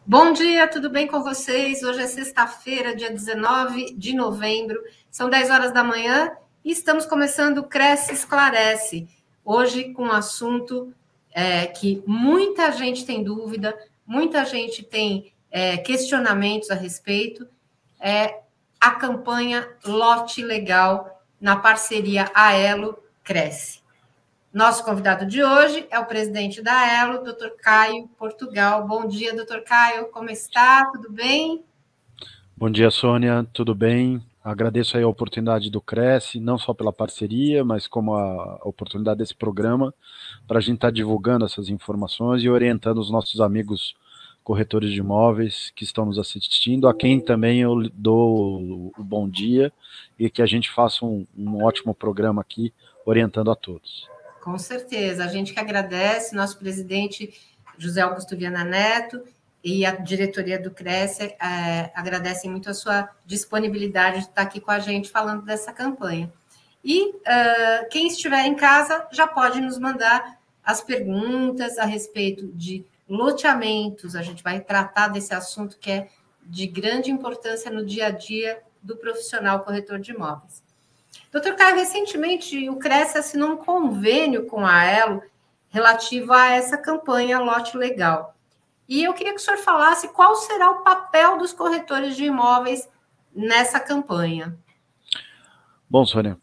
Bom dia, tudo bem com vocês? Hoje é sexta-feira, dia 19 de novembro, são 10 horas da manhã e estamos começando o Cresce Esclarece. Hoje com um assunto que muita gente tem dúvida, muita gente tem questionamentos a respeito, é a campanha Lote Legal na parceria Aelo Cresce. Nosso convidado de hoje é o presidente da Aelo, Dr. Caio Portugal. Bom dia, Dr. Caio, como está? Tudo bem? Bom dia, Sônia, tudo bem? Agradeço aí a oportunidade do Cresce, não só pela parceria, mas como a oportunidade desse programa, para a gente estar divulgando essas informações e orientando os nossos amigos corretores de imóveis que estão nos assistindo, a quem também eu dou o bom dia e que a gente faça um ótimo programa aqui, orientando a todos. Com certeza, a gente que agradece, nosso presidente José Augusto Viana Neto e a diretoria do Cresce agradecem muito a sua disponibilidade de estar aqui com a gente falando dessa campanha. E quem estiver em casa já pode nos mandar as perguntas a respeito de loteamentos. A gente vai tratar desse assunto que é de grande importância no dia a dia do profissional corretor de imóveis. Doutor Caio, recentemente o Cresce assinou um convênio com a Aelo relativo a essa campanha Lote Legal. E eu queria que o senhor falasse qual será o papel dos corretores de imóveis nessa campanha. Bom, Sônia,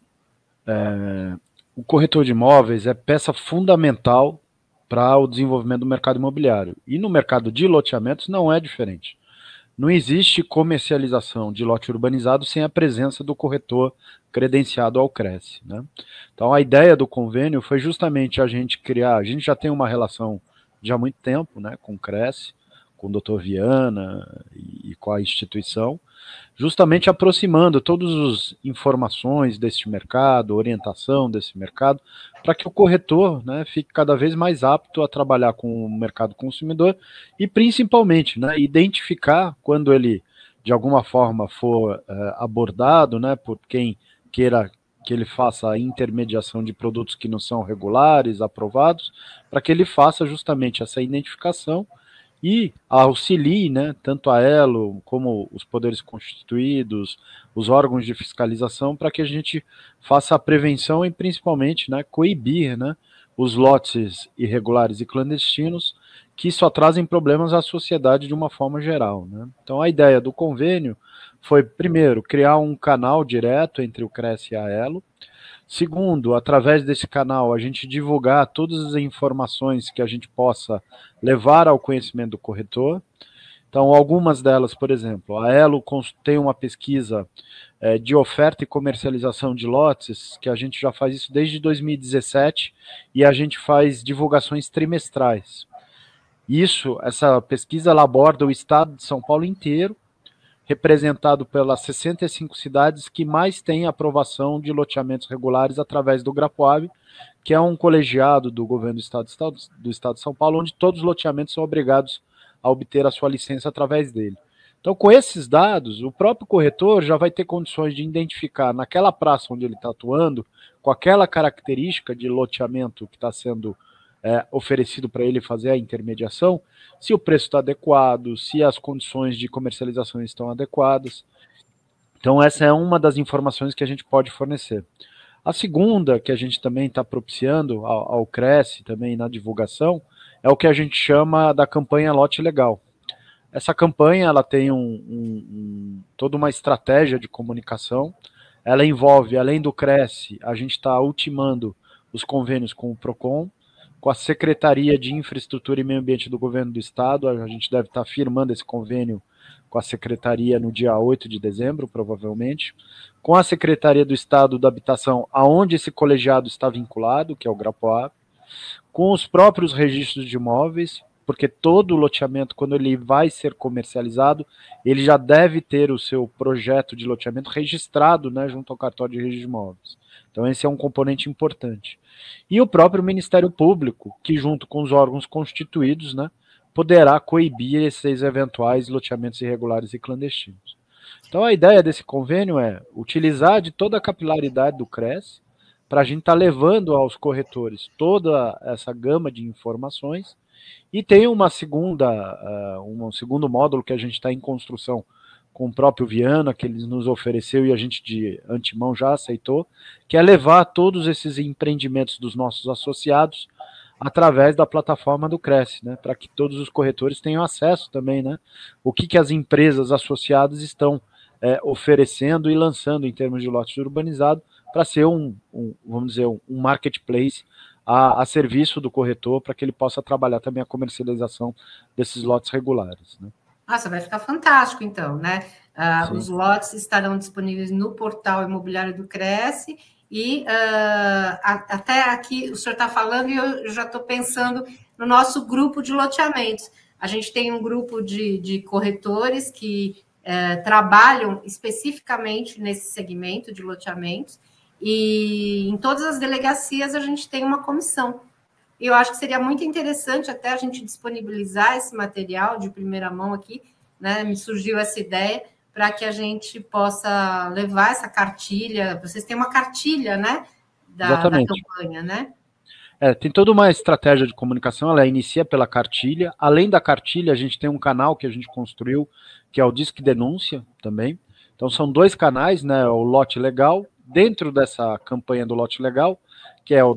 o corretor de imóveis é peça fundamental para o desenvolvimento do mercado imobiliário. E no mercado de loteamentos não é diferente. Não existe comercialização de lote urbanizado sem a presença do corretor credenciado ao Cresce, né? Então a ideia do convênio foi justamente a gente criar, a gente já tem uma relação de há muito tempo, né, com o Cresce, com o Dr. Viana e com a instituição, justamente aproximando todas as informações desse mercado, orientação desse mercado, para que o corretor, né, fique cada vez mais apto a trabalhar com o mercado consumidor e principalmente, né, identificar quando ele de alguma forma for abordado, né, por quem queira que ele faça a intermediação de produtos que não são regulares, aprovados, para que ele faça justamente essa identificação e auxilie, né, tanto a Elo como os poderes constituídos, os órgãos de fiscalização, para que a gente faça a prevenção e principalmente, né, coibir, né, os lotes irregulares e clandestinos que só trazem problemas à sociedade de uma forma geral, né? Então a ideia do convênio foi, primeiro, criar um canal direto entre o Cresce e a Elo. Segundo, através desse canal, a gente divulgar todas as informações que a gente possa levar ao conhecimento do corretor. Então, algumas delas, por exemplo, a Elo tem uma pesquisa de oferta e comercialização de lotes, que a gente já faz isso desde 2017, e a gente faz divulgações trimestrais. Essa pesquisa, ela aborda o estado de São Paulo inteiro, representado pelas 65 cidades que mais têm aprovação de loteamentos regulares através do Grapoab, que é um colegiado do governo do Estado de São Paulo, onde todos os loteamentos são obrigados a obter a sua licença através dele. Então, com esses dados, o próprio corretor já vai ter condições de identificar naquela praça onde ele está atuando, com aquela característica de loteamento que está sendo oferecido para ele fazer a intermediação, se o preço está adequado, se as condições de comercialização estão adequadas. Então, essa é uma das informações que a gente pode fornecer. A segunda, que a gente também está propiciando ao Cresce, também na divulgação, é o que a gente chama da campanha Lote Legal. Essa campanha ela tem toda uma estratégia de comunicação. Ela envolve, além do Cresce, a gente está ultimando os convênios com o PROCON, com a Secretaria de Infraestrutura e Meio Ambiente do Governo do Estado. A gente deve estar firmando esse convênio com a Secretaria no dia 8 de dezembro, provavelmente, com a Secretaria do Estado da Habitação, aonde esse colegiado está vinculado, que é o Grapoab, com os próprios registros de imóveis, porque todo loteamento, quando ele vai ser comercializado, ele já deve ter o seu projeto de loteamento registrado, né, junto ao cartório de registro de imóveis. Então esse é um componente importante. E o próprio Ministério Público, que junto com os órgãos constituídos, né, poderá coibir esses eventuais loteamentos irregulares e clandestinos. Então a ideia desse convênio é utilizar de toda a capilaridade do Cresce para a gente estar levando aos corretores toda essa gama de informações E tem um segundo módulo que a gente está em construção com o próprio Viana, que ele nos ofereceu e a gente de antemão já aceitou, que é levar todos esses empreendimentos dos nossos associados através da plataforma do Cresce, né, para que todos os corretores tenham acesso também, né, o que as empresas associadas estão oferecendo e lançando em termos de lotes urbanizados para ser vamos dizer, um marketplace a serviço do corretor para que ele possa trabalhar também a comercialização desses lotes regulares, né. Nossa, vai ficar fantástico, então, né? Os lotes estarão disponíveis no portal imobiliário do Cresce e até aqui o senhor está falando e eu já estou pensando no nosso grupo de loteamentos. A gente tem um grupo de corretores que trabalham especificamente nesse segmento de loteamentos e em todas as delegacias a gente tem uma comissão. Eu acho que seria muito interessante até a gente disponibilizar esse material de primeira mão aqui, né? Me surgiu essa ideia para que a gente possa levar essa cartilha. Vocês têm uma cartilha, né? Da campanha, né? Tem toda uma estratégia de comunicação, ela inicia pela cartilha. Além da cartilha, a gente tem um canal que a gente construiu, que é o Disque Denúncia também. Então são 2 canais, né? O Lote Legal, dentro dessa campanha do Lote Legal, que é o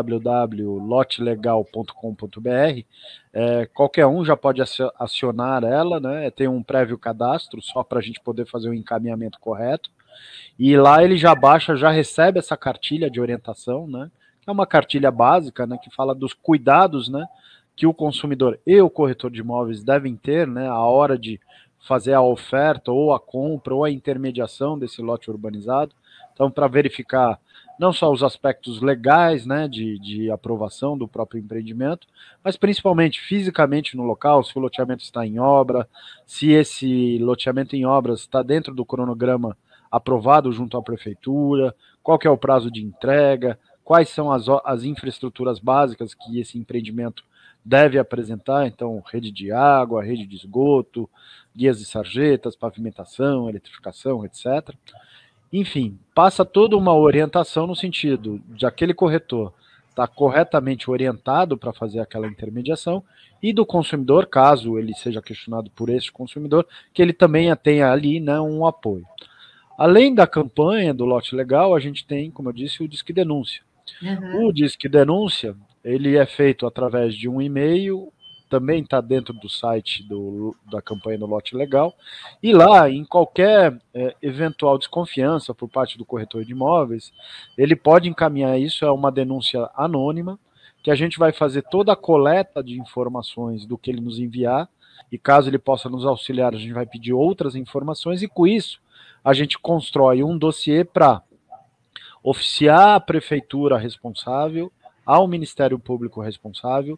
www.lotelegal.com.br, qualquer um já pode acionar ela, né? Tem um prévio cadastro, só para a gente poder fazer o encaminhamento correto, e lá ele já baixa, já recebe essa cartilha de orientação, né? Que é uma cartilha básica, né? Que fala dos cuidados, né? Que o consumidor e o corretor de imóveis devem ter, né? A hora de fazer a oferta, ou a compra, ou a intermediação desse lote urbanizado. Então, para verificar não só os aspectos legais, né, de aprovação do próprio empreendimento, mas principalmente fisicamente no local, se o loteamento está em obra, se esse loteamento em obras está dentro do cronograma aprovado junto à prefeitura, qual que é o prazo de entrega, quais são as infraestruturas básicas que esse empreendimento deve apresentar, então rede de água, rede de esgoto, guias de sarjetas, pavimentação, eletrificação, etc. Enfim, passa toda uma orientação no sentido de aquele corretor estar corretamente orientado para fazer aquela intermediação e do consumidor, caso ele seja questionado por esse consumidor, que ele também tenha ali, né, um apoio. Além da campanha do Lote Legal, a gente tem, como eu disse, o Disque Denúncia. O Disque Denúncia, ele é feito através de um e-mail, também está dentro do site da campanha do Lote Legal, e lá, em qualquer eventual desconfiança por parte do corretor de imóveis, ele pode encaminhar isso, é uma denúncia anônima, que a gente vai fazer toda a coleta de informações do que ele nos enviar, e caso ele possa nos auxiliar, a gente vai pedir outras informações, e com isso, a gente constrói um dossiê para oficiar a prefeitura responsável, ao Ministério Público responsável,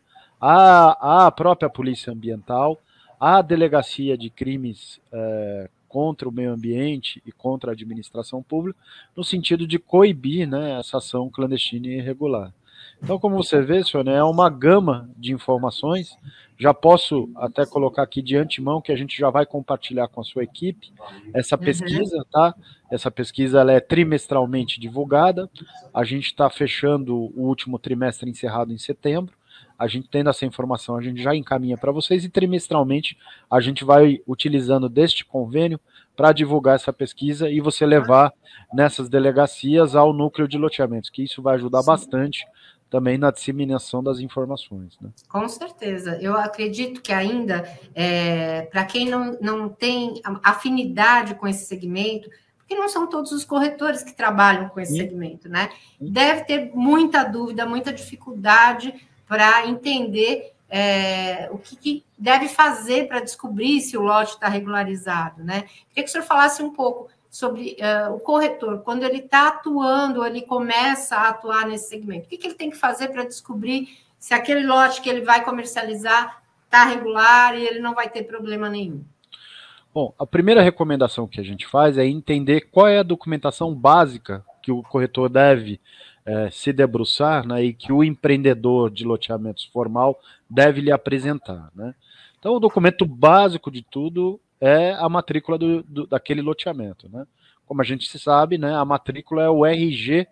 à própria Polícia Ambiental, à Delegacia de Crimes contra o Meio Ambiente e contra a Administração Pública, no sentido de coibir, né, essa ação clandestina e irregular. Então, como você vê, Sônia, é uma gama de informações. Já posso até colocar aqui de antemão que a gente já vai compartilhar com a sua equipe essa pesquisa, tá? Essa pesquisa ela é trimestralmente divulgada. A gente está fechando o último trimestre encerrado em setembro. A gente tendo essa informação, a gente já encaminha para vocês e trimestralmente a gente vai utilizando deste convênio para divulgar essa pesquisa e você levar nessas delegacias ao núcleo de loteamentos, que isso vai ajudar bastante também na disseminação das informações, né? Com certeza. Eu acredito que ainda, para quem não tem afinidade com esse segmento, porque não são todos os corretores que trabalham com esse segmento, né? Deve ter muita dúvida, muita dificuldade para entender o que deve fazer para descobrir se o lote está regularizado, né? Queria que o senhor falasse um pouco sobre o corretor, quando ele está atuando, ele começa a atuar nesse segmento. O que ele tem que fazer para descobrir se aquele lote que ele vai comercializar está regular e ele não vai ter problema nenhum? Bom, a primeira recomendação que a gente faz é entender qual é a documentação básica que o corretor deve se debruçar, né, e que o empreendedor de loteamentos formal deve lhe apresentar, né? Então, o documento básico de tudo é a matrícula daquele loteamento, né? Como a gente sabe, né, a matrícula é o RG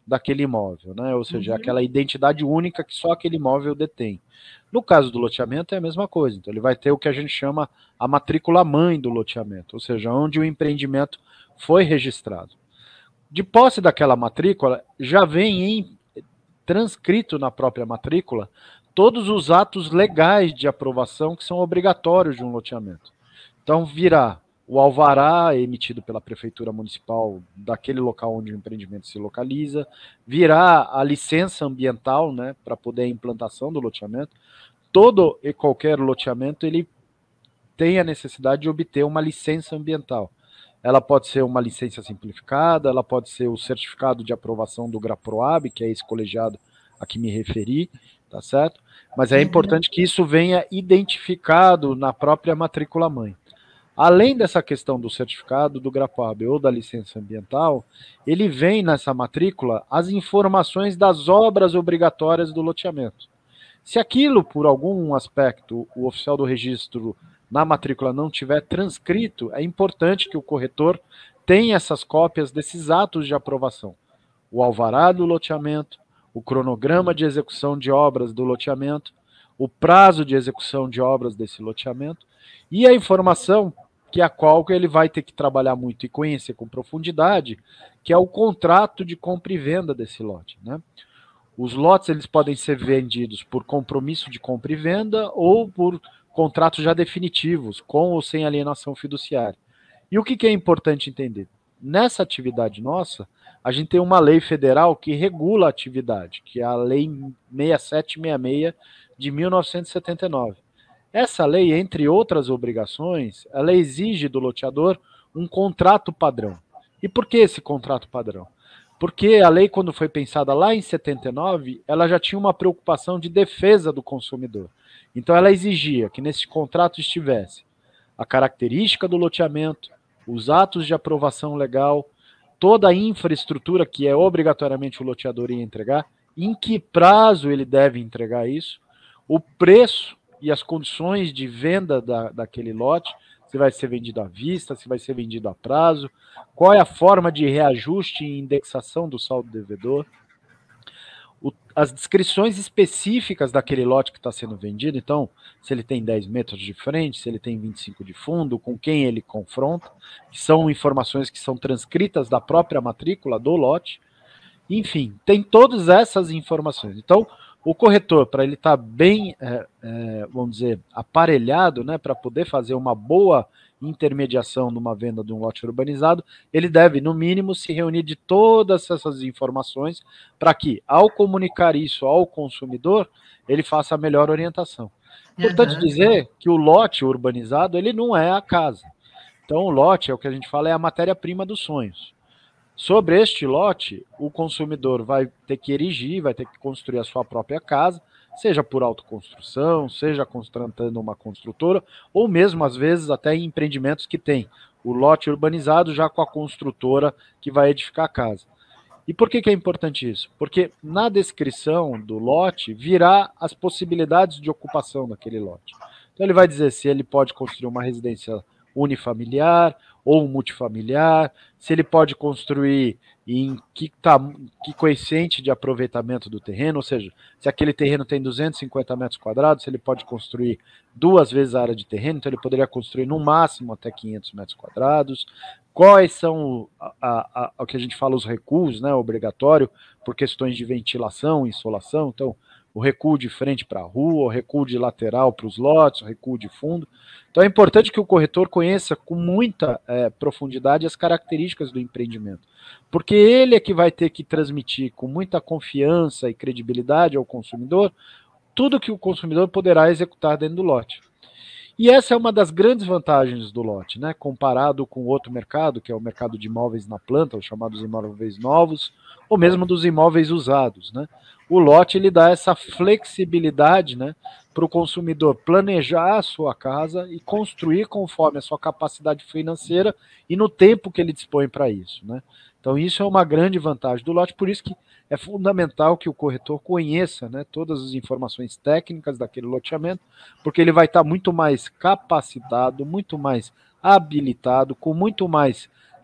daquele imóvel, né? Ou seja, aquela identidade única que só aquele imóvel detém. No caso do loteamento é a mesma coisa, então ele vai ter o que a gente chama a matrícula mãe do loteamento, ou seja, onde o empreendimento foi registrado. De posse daquela matrícula, já vem transcrito na própria matrícula todos os atos legais de aprovação que são obrigatórios de um loteamento. Então virá o alvará emitido pela prefeitura municipal daquele local onde o empreendimento se localiza, virá a licença ambiental, né, para poder a implantação do loteamento. Todo e qualquer loteamento ele tem a necessidade de obter uma licença ambiental. Ela pode ser uma licença simplificada, ela pode ser o certificado de aprovação do GRAPROAB, que é esse colegiado a que me referi, tá certo? Mas é importante que isso venha identificado na própria matrícula mãe. Além dessa questão do certificado do GRAPROAB ou da licença ambiental, ele vem nessa matrícula as informações das obras obrigatórias do loteamento. Se aquilo, por algum aspecto, o oficial do registro na matrícula não tiver transcrito, é importante que o corretor tenha essas cópias desses atos de aprovação. O alvará do loteamento, o cronograma de execução de obras do loteamento, o prazo de execução de obras desse loteamento e a informação que a qual ele vai ter que trabalhar muito e conhecer com profundidade, que é o contrato de compra e venda desse lote, né? Os lotes eles podem ser vendidos por compromisso de compra e venda ou por contratos já definitivos, com ou sem alienação fiduciária. E o que é importante entender? Nessa atividade nossa, a gente tem uma lei federal que regula a atividade, que é a Lei 6766 de 1979. Essa lei, entre outras obrigações, ela exige do loteador um contrato padrão. E por que esse contrato padrão? Porque a lei, quando foi pensada lá em 79, ela já tinha uma preocupação de defesa do consumidor. Então ela exigia que nesse contrato estivesse a característica do loteamento, os atos de aprovação legal, toda a infraestrutura que é obrigatoriamente o loteador ia entregar, em que prazo ele deve entregar isso, o preço e as condições de venda daquele lote, se vai ser vendido à vista, se vai ser vendido a prazo, qual é a forma de reajuste e indexação do saldo devedor, as descrições específicas daquele lote que está sendo vendido, então, se ele tem 10 metros de frente, se ele tem 25 de fundo, com quem ele confronta, que são informações que são transcritas da própria matrícula do lote, enfim, tem todas essas informações. Então, o corretor, para ele estar bem, vamos dizer, aparelhado, né, para poder fazer uma boa intermediação numa venda de um lote urbanizado, ele deve, no mínimo, se reunir de todas essas informações para que, ao comunicar isso ao consumidor, ele faça a melhor orientação. Importante dizer que o lote urbanizado, ele não é a casa. Então, o lote, é o que a gente fala, é a matéria-prima dos sonhos. Sobre este lote, o consumidor vai ter que erigir, vai ter que construir a sua própria casa, seja por autoconstrução, seja contratando uma construtora, ou mesmo, às vezes, até em empreendimentos que tem o lote urbanizado já com a construtora que vai edificar a casa. E por que é importante isso? Porque na descrição do lote virá as possibilidades de ocupação daquele lote. Então ele vai dizer se ele pode construir uma residência unifamiliar ou um multifamiliar, se ele pode construir em que coeficiente de aproveitamento do terreno, ou seja, se aquele terreno tem 250 metros quadrados, se ele pode construir 2 vezes a área de terreno, então ele poderia construir no máximo até 500 metros quadrados. Quais são o que a gente fala, os recuos, né, obrigatório, por questões de ventilação, insolação, então o recuo de frente para a rua, o recuo de lateral para os lotes, o recuo de fundo. Então é importante que o corretor conheça com muita profundidade as características do empreendimento, porque ele é que vai ter que transmitir com muita confiança e credibilidade ao consumidor tudo que o consumidor poderá executar dentro do lote. E essa é uma das grandes vantagens do lote, né? Comparado com outro mercado, que é o mercado de imóveis na planta, os chamados imóveis novos, ou mesmo dos imóveis usados, né? O lote ele dá essa flexibilidade, né, para o consumidor planejar a sua casa e construir conforme a sua capacidade financeira e no tempo que ele dispõe para isso, né? Então isso é uma grande vantagem do lote, por isso que é fundamental que o corretor conheça, né, todas as informações técnicas daquele loteamento, porque ele vai estar muito mais capacitado, muito mais habilitado, com muito mais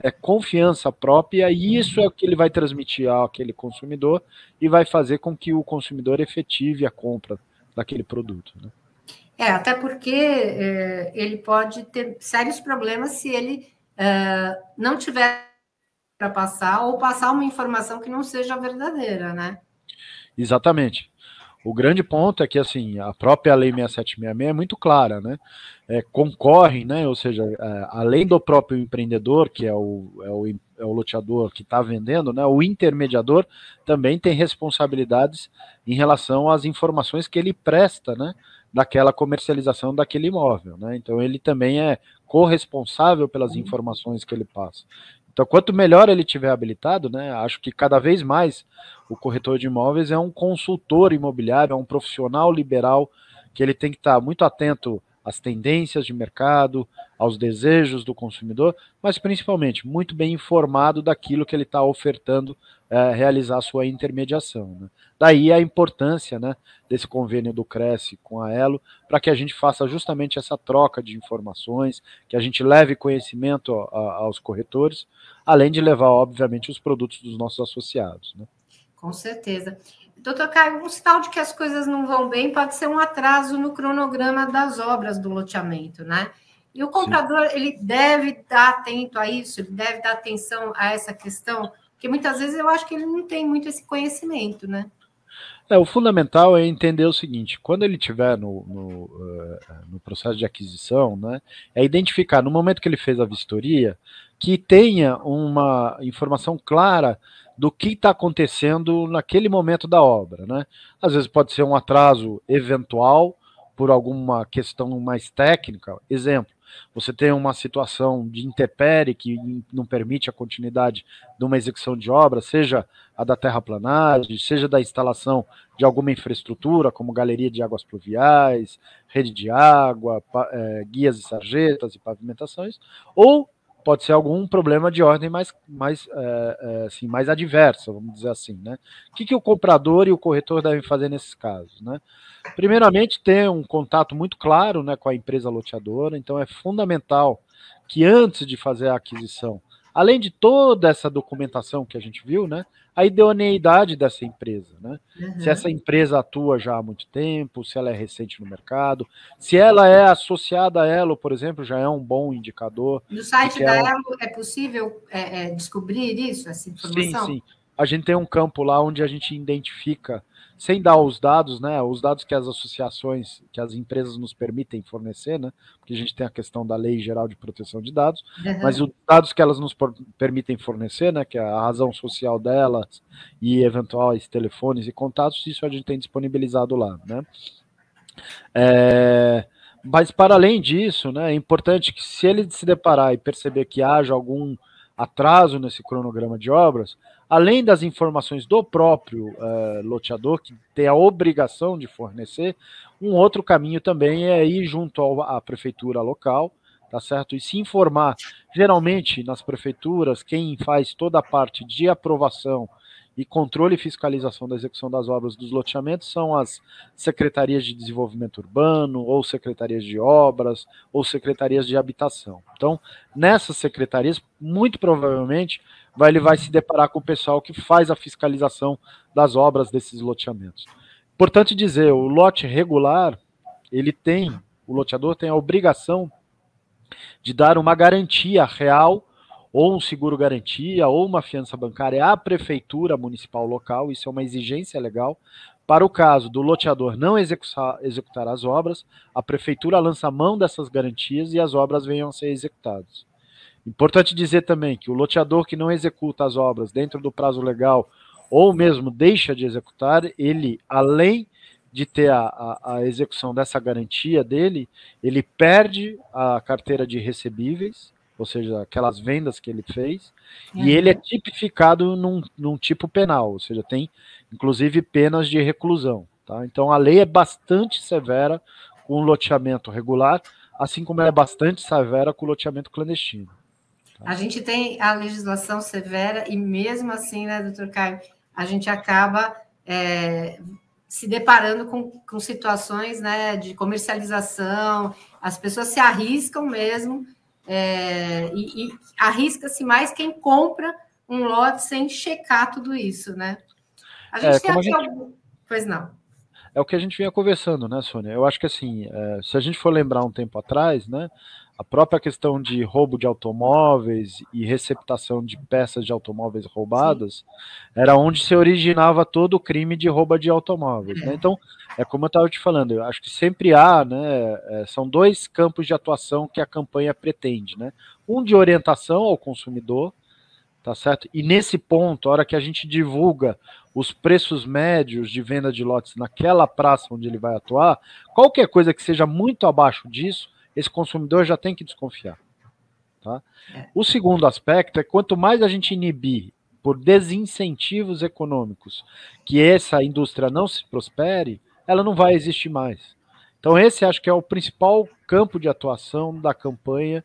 é confiança própria, e isso é o que ele vai transmitir àquele consumidor e vai fazer com que o consumidor efetive a compra daquele produto, né? Até porque ele pode ter sérios problemas se ele não tiver para passar ou passar uma informação que não seja verdadeira, né? Exatamente. O grande ponto é que, assim, a própria Lei 6766 é muito clara, né? Concorrem, né? Ou seja, além do próprio empreendedor, que é o loteador que está vendendo, né? O intermediador também tem responsabilidades em relação às informações que ele presta, né? Daquela comercialização daquele imóvel, né? Então ele também é corresponsável pelas informações que ele passa. Então, quanto melhor ele tiver habilitado, né? Acho que cada vez mais o corretor de imóveis é um consultor imobiliário, é um profissional liberal que ele tem que estar muito atento às tendências de mercado, aos desejos do consumidor, mas principalmente muito bem informado daquilo que ele está ofertando realizar a sua intermediação, né? Daí a importância, né, desse convênio do Cresce com a Elo, para que a gente faça justamente essa troca de informações, que a gente leve conhecimento aos corretores, além de levar, obviamente, os produtos dos nossos associados, né? Com certeza. Doutor Caio, um sinal de que as coisas não vão bem pode ser um atraso no cronograma das obras do loteamento, né? E o comprador, sim, ele deve estar atento a isso, ele deve dar atenção a essa questão, porque muitas vezes eu acho que ele não tem muito esse conhecimento, né? O fundamental é entender o seguinte: quando ele estiver no processo de aquisição, né, é identificar, no momento que ele fez a vistoria, que tenha uma informação clara do que está acontecendo naquele momento da obra, né? Às vezes pode ser um atraso eventual por alguma questão mais técnica. Exemplo, você tem uma situação de intempérie que não permite a continuidade de uma execução de obra, seja a da terraplanagem, seja da instalação de alguma infraestrutura, como galeria de águas pluviais, rede de água, guias e sarjetas e pavimentações, ou pode ser algum problema de ordem mais adversa, vamos dizer assim, né? O que o comprador e o corretor devem fazer nesses casos, né? Primeiramente, ter um contato muito claro, né, com a empresa loteadora. Então é fundamental que antes de fazer a aquisição, além de toda essa documentação que a gente viu, né, a idoneidade dessa empresa, né? Uhum. Se essa empresa atua já há muito tempo, se ela é recente no mercado, se ela é associada a Elo, por exemplo, já é um bom indicador. No site da Elo é possível descobrir isso, essa informação? Sim, sim. A gente tem um campo lá onde a gente identifica, sem dar os dados, né, os dados que as associações, que as empresas nos permitem fornecer, né, porque a gente tem a questão da Lei Geral de Proteção de Dados, mas os dados que elas nos permitem fornecer, né, que é a razão social delas e eventuais telefones e contatos, isso a gente tem disponibilizado lá, né. Mas para além disso, né, é importante que, se ele se deparar e perceber que haja algum atraso nesse cronograma de obras, além das informações do próprio loteador, que tem a obrigação de fornecer, um outro caminho também é ir junto à prefeitura local, tá certo? E se informar. Geralmente, nas prefeituras, quem faz toda a parte de aprovação e controle e fiscalização da execução das obras dos loteamentos são as secretarias de desenvolvimento urbano, ou secretarias de obras, ou secretarias de habitação. Então, nessas secretarias, muito provavelmente, ele vai se deparar com o pessoal que faz a fiscalização das obras desses loteamentos. Importante dizer, o lote regular, o loteador tem a obrigação de dar uma garantia real, ou um seguro-garantia, ou uma fiança bancária à prefeitura municipal local. Isso é uma exigência legal. Para o caso do loteador não executar as obras, a prefeitura lança mão dessas garantias e as obras venham a ser executadas. Importante dizer também que o loteador que não executa as obras dentro do prazo legal, ou mesmo deixa de executar, ele, além de ter a execução dessa garantia dele, ele perde a carteira de recebíveis, ou seja, aquelas vendas que ele fez, e ele é tipificado num tipo penal, ou seja, tem inclusive penas de reclusão. Tá? Então a lei é bastante severa com o loteamento regular, assim como ela é bastante severa com o loteamento clandestino. Tá? A gente tem a legislação severa e mesmo assim, né, doutor Caio, a gente acaba se deparando com situações, né, de comercialização, as pessoas se arriscam mesmo e arrisca-se mais quem compra um lote sem checar tudo isso, né? A gente tem aqui algum... Pois não. É o que a gente vinha conversando, né, Sônia? Eu acho que assim, se a gente for lembrar um tempo atrás, né, a própria questão de roubo de automóveis e receptação de peças de automóveis roubadas, sim, era onde se originava todo o crime de roubo de automóveis, né? Então, é como eu estava te falando, eu acho que sempre há, né, são dois campos de atuação que a campanha pretende, né? Um de orientação ao consumidor, tá certo? E nesse ponto, a hora que a gente divulga os preços médios de venda de lotes naquela praça onde ele vai atuar, qualquer coisa que seja muito abaixo disso, esse consumidor já tem que desconfiar. Tá? O segundo aspecto é quanto mais a gente inibir por desincentivos econômicos que essa indústria não se prospere, ela não vai existir mais. Então esse acho que é o principal campo de atuação da campanha,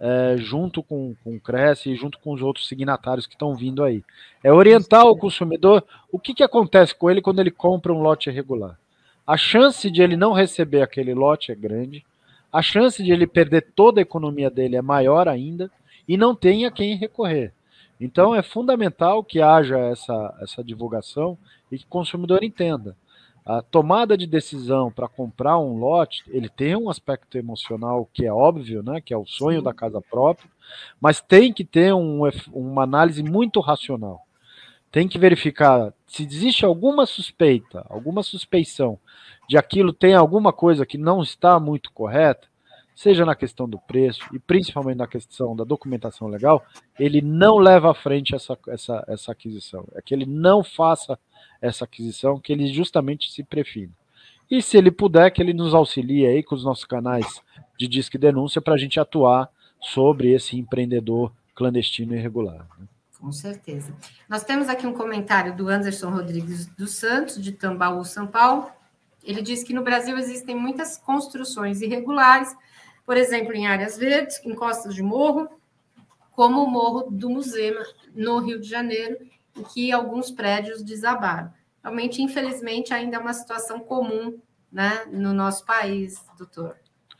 junto com o Cresce e junto com os outros signatários que estão vindo aí. É orientar o consumidor o que acontece com ele quando ele compra um lote irregular. A chance de ele não receber aquele lote é grande, a chance de ele perder toda a economia dele é maior ainda e não tem a quem recorrer. Então é fundamental que haja essa divulgação e que o consumidor entenda. A tomada de decisão para comprar um lote, ele tem um aspecto emocional que é óbvio, né, que é o sonho, sim, da casa própria, mas tem que ter uma análise muito racional. Tem que verificar se existe alguma suspeita, alguma suspeição de aquilo tem alguma coisa que não está muito correta, seja na questão do preço e principalmente na questão da documentação legal, ele não leva à frente essa aquisição. É que ele não faça essa aquisição, que ele justamente se prefina. E se ele puder, que ele nos auxilie aí com os nossos canais de Disque Denúncia para a gente atuar sobre esse empreendedor clandestino e irregular, né? Com certeza. Nós temos aqui um comentário do Anderson Rodrigues dos Santos, de Tambaú, São Paulo. Ele diz que no Brasil existem muitas construções irregulares, por exemplo, em áreas verdes, em costas de morro, como o Morro do Muzema, no Rio de Janeiro, em que alguns prédios desabaram. Realmente, infelizmente, ainda é uma situação comum, né, no nosso país, doutor.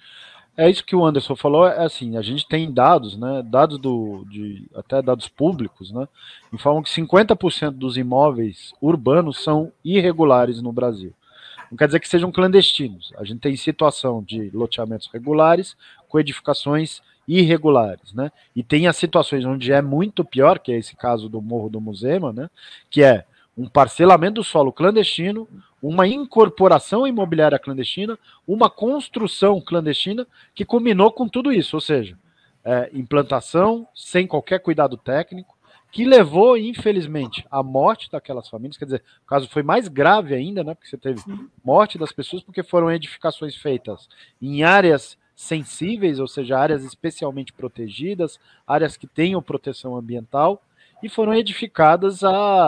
É isso que o Anderson falou, é assim, a gente tem dados, né, dados até dados públicos, né, informam que 50% dos imóveis urbanos são irregulares no Brasil. Não quer dizer que sejam clandestinos. A gente tem situação de loteamentos regulares com edificações irregulares, né? E tem as situações onde é muito pior, que é esse caso do Morro do Muzema, né? Que é um parcelamento do solo clandestino, uma incorporação imobiliária clandestina, uma construção clandestina que culminou com tudo isso, ou seja, implantação sem qualquer cuidado técnico, que levou, infelizmente, à morte daquelas famílias. Quer dizer, o caso foi mais grave ainda, né? Porque você teve morte das pessoas porque foram edificações feitas em áreas sensíveis, ou seja, áreas especialmente protegidas, áreas que tenham proteção ambiental, e foram edificadas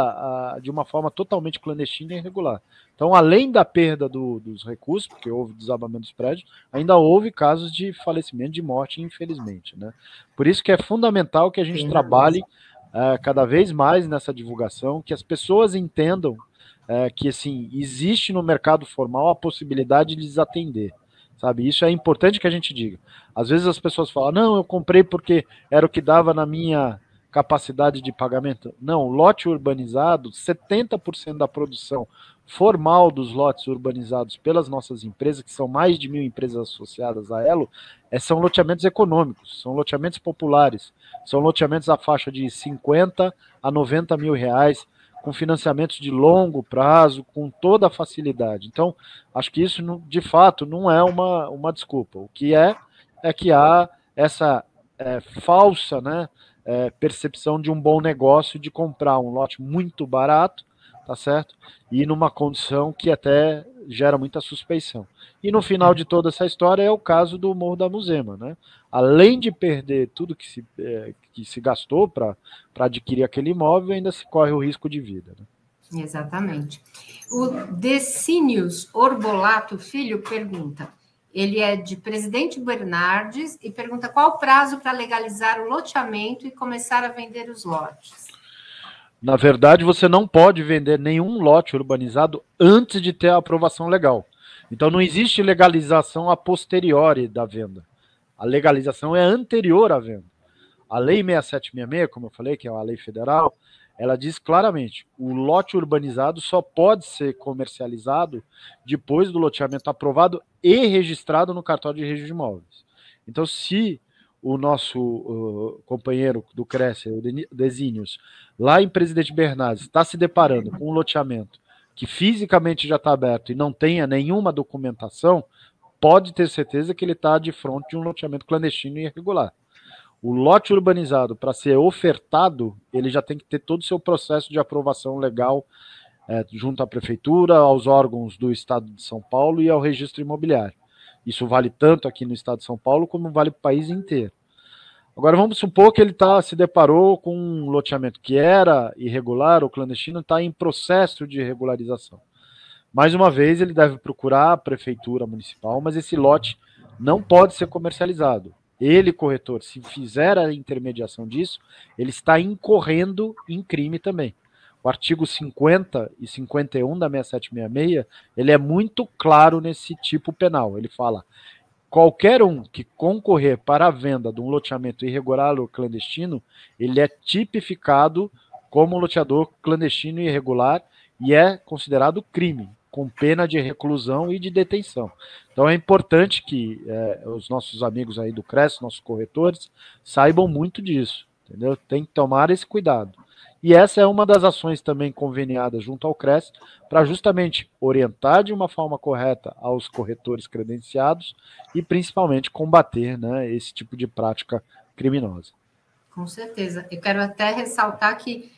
de uma forma totalmente clandestina e irregular. Então, além da perda dos recursos, porque houve desabamento dos prédios, ainda houve casos de falecimento, de morte, infelizmente, né? Por isso que é fundamental que a gente trabalhe cada vez mais nessa divulgação, que as pessoas entendam que assim, existe no mercado formal a possibilidade de lhes atender, sabe? Isso é importante que a gente diga. Às vezes as pessoas falam, não, eu comprei porque era o que dava na minha capacidade de pagamento. Não, lote urbanizado, 70% da produção formal dos lotes urbanizados pelas nossas empresas, que são mais de 1.000 empresas associadas à Elo, são loteamentos econômicos, são loteamentos populares, são loteamentos à faixa de 50 a 90 mil reais, com financiamentos de longo prazo, com toda a facilidade. Então, acho que isso, de fato, não é uma desculpa. O que é que há essa falsa, né, percepção de um bom negócio de comprar um lote muito barato, tá certo? E numa condição que até gera muita suspeição. E no final de toda essa história é o caso do Morro da Muzema, né? Além de perder tudo que se gastou para adquirir aquele imóvel, ainda se corre o risco de vida, né? Exatamente. O Decínios Orbolato Filho pergunta, ele é de Presidente Bernardes e pergunta qual o prazo para legalizar o loteamento e começar a vender os lotes. Na verdade, você não pode vender nenhum lote urbanizado antes de ter a aprovação legal. Então, não existe legalização a posteriori da venda. A legalização é anterior à venda. A Lei 6766, como eu falei, que é uma lei federal, ela diz claramente, o lote urbanizado só pode ser comercializado depois do loteamento aprovado e registrado no cartório de registro de imóveis. Então, se o nosso companheiro do Cresce, o Desínios, lá em Presidente Bernardes, está se deparando com um loteamento que fisicamente já está aberto e não tenha nenhuma documentação, pode ter certeza que ele está de frente de um loteamento clandestino e irregular. O lote urbanizado, para ser ofertado, ele já tem que ter todo o seu processo de aprovação legal junto à prefeitura, aos órgãos do Estado de São Paulo e ao registro imobiliário. Isso vale tanto aqui no Estado de São Paulo como vale para o país inteiro. Agora vamos supor que ele se deparou com um loteamento que era irregular ou clandestino, está em processo de regularização. Mais uma vez, ele deve procurar a prefeitura municipal, mas esse lote não pode ser comercializado. Ele, corretor, se fizer a intermediação disso, ele está incorrendo em crime também. O artigo 50 e 51 da 6766, ele é muito claro nesse tipo penal. Ele fala, qualquer um que concorrer para a venda de um loteamento irregular ou clandestino, ele é tipificado como loteador clandestino e irregular e é considerado crime, com pena de reclusão e de detenção. Então é importante que os nossos amigos aí do Cresce, nossos corretores, saibam muito disso, entendeu? Tem que tomar esse cuidado. E essa é uma das ações também conveniadas junto ao Cresce, para justamente orientar de uma forma correta aos corretores credenciados e principalmente combater, né, esse tipo de prática criminosa. Com certeza. Eu quero até ressaltar que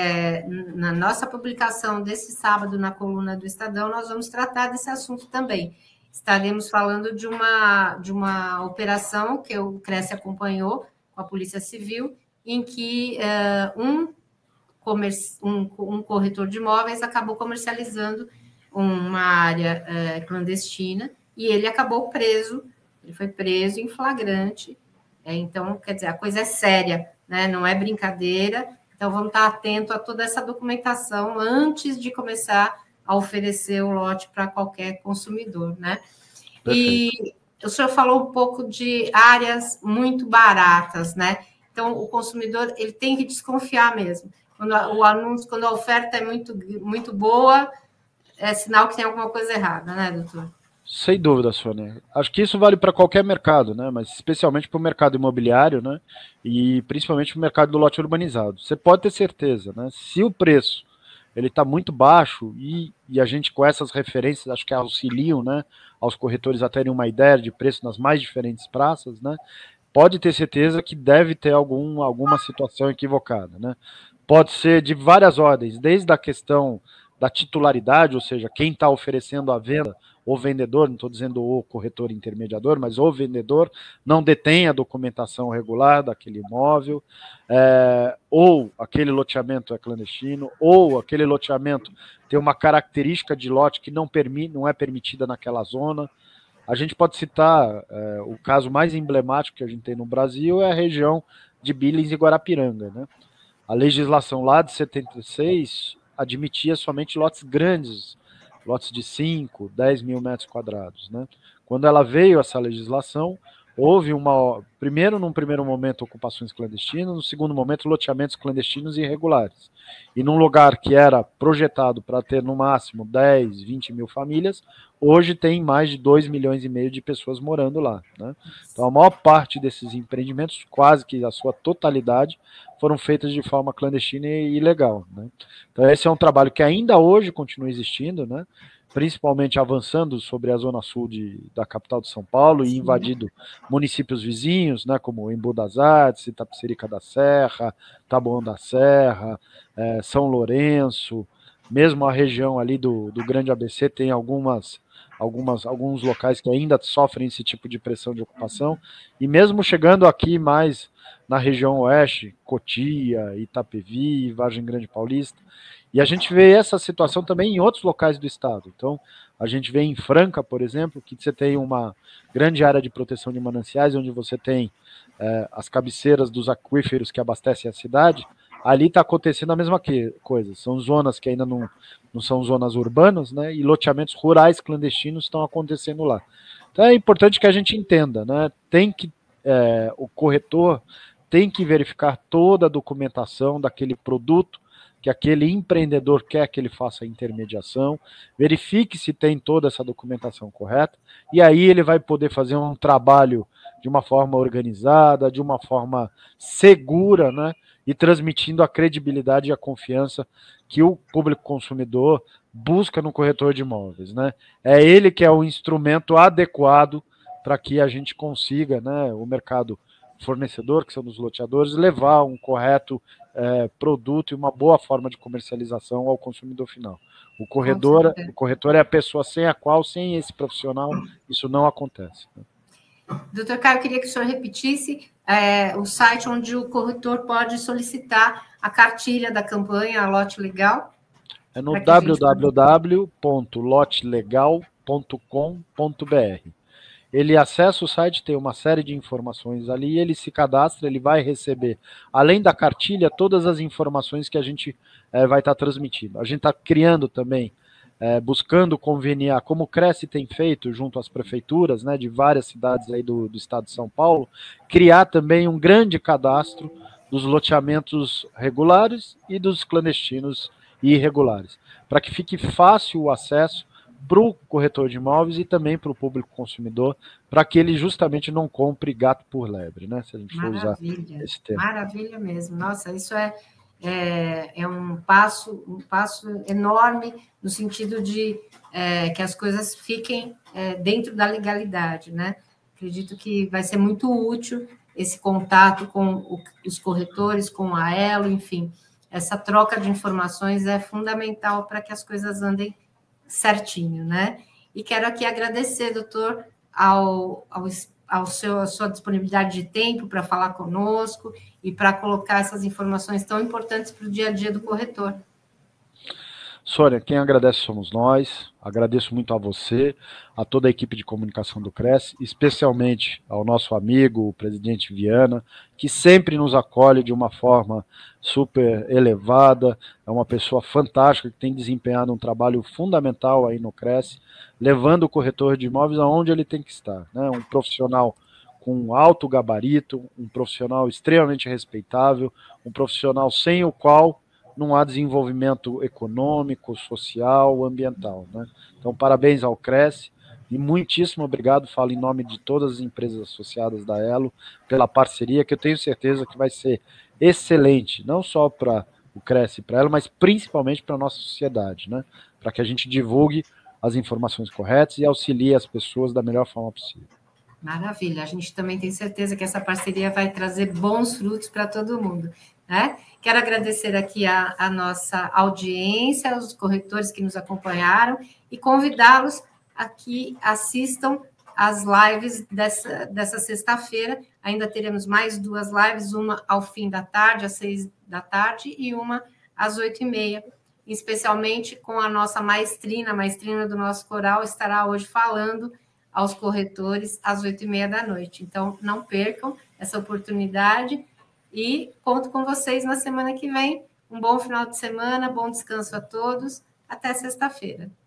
na nossa publicação desse sábado na coluna do Estadão, nós vamos tratar desse assunto também. Estaremos falando de uma operação que o Cresce acompanhou com a Polícia Civil, em que um corretor de imóveis acabou comercializando uma área clandestina e ele acabou preso, ele foi preso em flagrante. Então, quer dizer, a coisa é séria, né? Não é brincadeira. Então, vamos estar atentos a toda essa documentação antes de começar a oferecer o lote para qualquer consumidor, né? Perfeito. E o senhor falou um pouco de áreas muito baratas, né? Então, o consumidor ele tem que desconfiar mesmo. Quando o anúncio, quando a oferta é muito, muito boa, é sinal que tem alguma coisa errada, né, doutor? Sem dúvida, Sônia. Acho que isso vale para qualquer mercado, né? Mas especialmente para o mercado imobiliário, né? E principalmente para o mercado do lote urbanizado. Você pode ter certeza, né? Se o preço ele está muito baixo e a gente com essas referências acho que auxiliam, né, aos corretores a terem uma ideia de preço nas mais diferentes praças, né? Pode ter certeza que deve ter alguma situação equivocada, né? Pode ser de várias ordens, desde a questão da titularidade, ou seja, quem está oferecendo a venda, o vendedor, não estou dizendo o corretor intermediador, mas o vendedor não detém a documentação regular daquele imóvel, ou aquele loteamento é clandestino, ou aquele loteamento tem uma característica de lote que não é permitida naquela zona. A gente pode citar o caso mais emblemático que a gente tem no Brasil é a região de Billings e Guarapiranga, né? A legislação lá de 76 admitia somente lotes grandes, lotes de 5, 10 mil metros quadrados, né? Quando ela veio, essa legislação, houve num primeiro momento, ocupações clandestinas, no segundo momento, loteamentos clandestinos e irregulares. E num lugar que era projetado para ter no máximo 10, 20 mil famílias, hoje tem mais de 2,5 milhões de pessoas morando lá, né? Então a maior parte desses empreendimentos, quase que a sua totalidade, foram feitas de forma clandestina e ilegal, né? Então esse é um trabalho que ainda hoje continua existindo, né? Principalmente avançando sobre a zona sul da capital de São Paulo e invadindo municípios vizinhos, né, como Embu das Artes, Itapecerica da Serra, Taboão da Serra, São Lourenço, mesmo a região ali do Grande ABC tem alguns locais que ainda sofrem esse tipo de pressão de ocupação, e mesmo chegando aqui mais na região oeste, Cotia, Itapevi, Vargem Grande Paulista, e a gente vê essa situação também em outros locais do estado. Então, a gente vê em Franca, por exemplo, que você tem uma grande área de proteção de mananciais, onde você tem as cabeceiras dos aquíferos que abastecem a cidade. Ali está acontecendo a mesma coisa. São zonas que ainda não são zonas urbanas, né? E loteamentos rurais clandestinos estão acontecendo lá. Então é importante que a gente entenda, né? Tem que o corretor tem que verificar toda a documentação daquele produto que aquele empreendedor quer que ele faça a intermediação, verifique se tem toda essa documentação correta, e aí ele vai poder fazer um trabalho de uma forma organizada, de uma forma segura, né, e transmitindo a credibilidade e a confiança que o público consumidor busca no corretor de imóveis, né? É ele que é o instrumento adequado para que a gente consiga, né, o mercado fornecedor, que são os loteadores, levar um correto produto e uma boa forma de comercialização ao consumidor final. O corretor é a pessoa sem a qual, sem esse profissional, isso não acontece. Doutor Caio, eu queria que o senhor repetisse o site onde o corretor pode solicitar a cartilha da campanha, a Lote Legal. É no www.lotelegal.com.br. Ele acessa o site, tem uma série de informações ali, ele se cadastra, ele vai receber, além da cartilha, todas as informações que a gente vai estar transmitindo. A gente está criando também, buscando conveniar, como o Cresce tem feito junto às prefeituras, né, de várias cidades aí do estado de São Paulo, criar também um grande cadastro dos loteamentos regulares e dos clandestinos e irregulares, para que fique fácil o acesso para o corretor de imóveis e também para o público consumidor, para que ele justamente não compre gato por lebre, né? Se a gente for usar esse termo. Maravilha mesmo. Nossa, isso é um passo enorme no sentido de que as coisas fiquem dentro da legalidade, né? Acredito que vai ser muito útil esse contato com os corretores, com a Elo, enfim. Essa troca de informações é fundamental para que as coisas andem certinho, né? E quero aqui agradecer, doutor, a sua disponibilidade de tempo para falar conosco e para colocar essas informações tão importantes para o dia a dia do corretor. Sônia, quem agradece somos nós. Agradeço muito a você, a toda a equipe de comunicação do Cresce, especialmente ao nosso amigo, o presidente Viana, que sempre nos acolhe de uma forma super elevada. É uma pessoa fantástica que tem desempenhado um trabalho fundamental aí no Cresce, levando o corretor de imóveis aonde ele tem que estar, né? Um profissional com alto gabarito, um profissional extremamente respeitável, um profissional sem o qual não há desenvolvimento econômico, social, ambiental, né? Então, parabéns ao Cresce e muitíssimo obrigado, falo em nome de todas as empresas associadas da Elo, pela parceria, que eu tenho certeza que vai ser excelente, não só para o Cresce e para Elo, mas principalmente para a nossa sociedade, né? Para que a gente divulgue as informações corretas e auxilie as pessoas da melhor forma possível. Maravilha, a gente também tem certeza que essa parceria vai trazer bons frutos para todo mundo, né? Quero agradecer aqui a nossa audiência, os corretores que nos acompanharam e convidá-los a que assistam às lives dessa sexta-feira. Ainda teremos mais 2 lives, uma ao fim da tarde, às 6 da tarde, e uma às 8h30, especialmente com a nossa maestrina, a maestrina do nosso coral, estará hoje falando aos corretores às 8h30 da noite. Então, não percam essa oportunidade e conto com vocês na semana que vem. Um bom final de semana, bom descanso a todos. Até sexta-feira.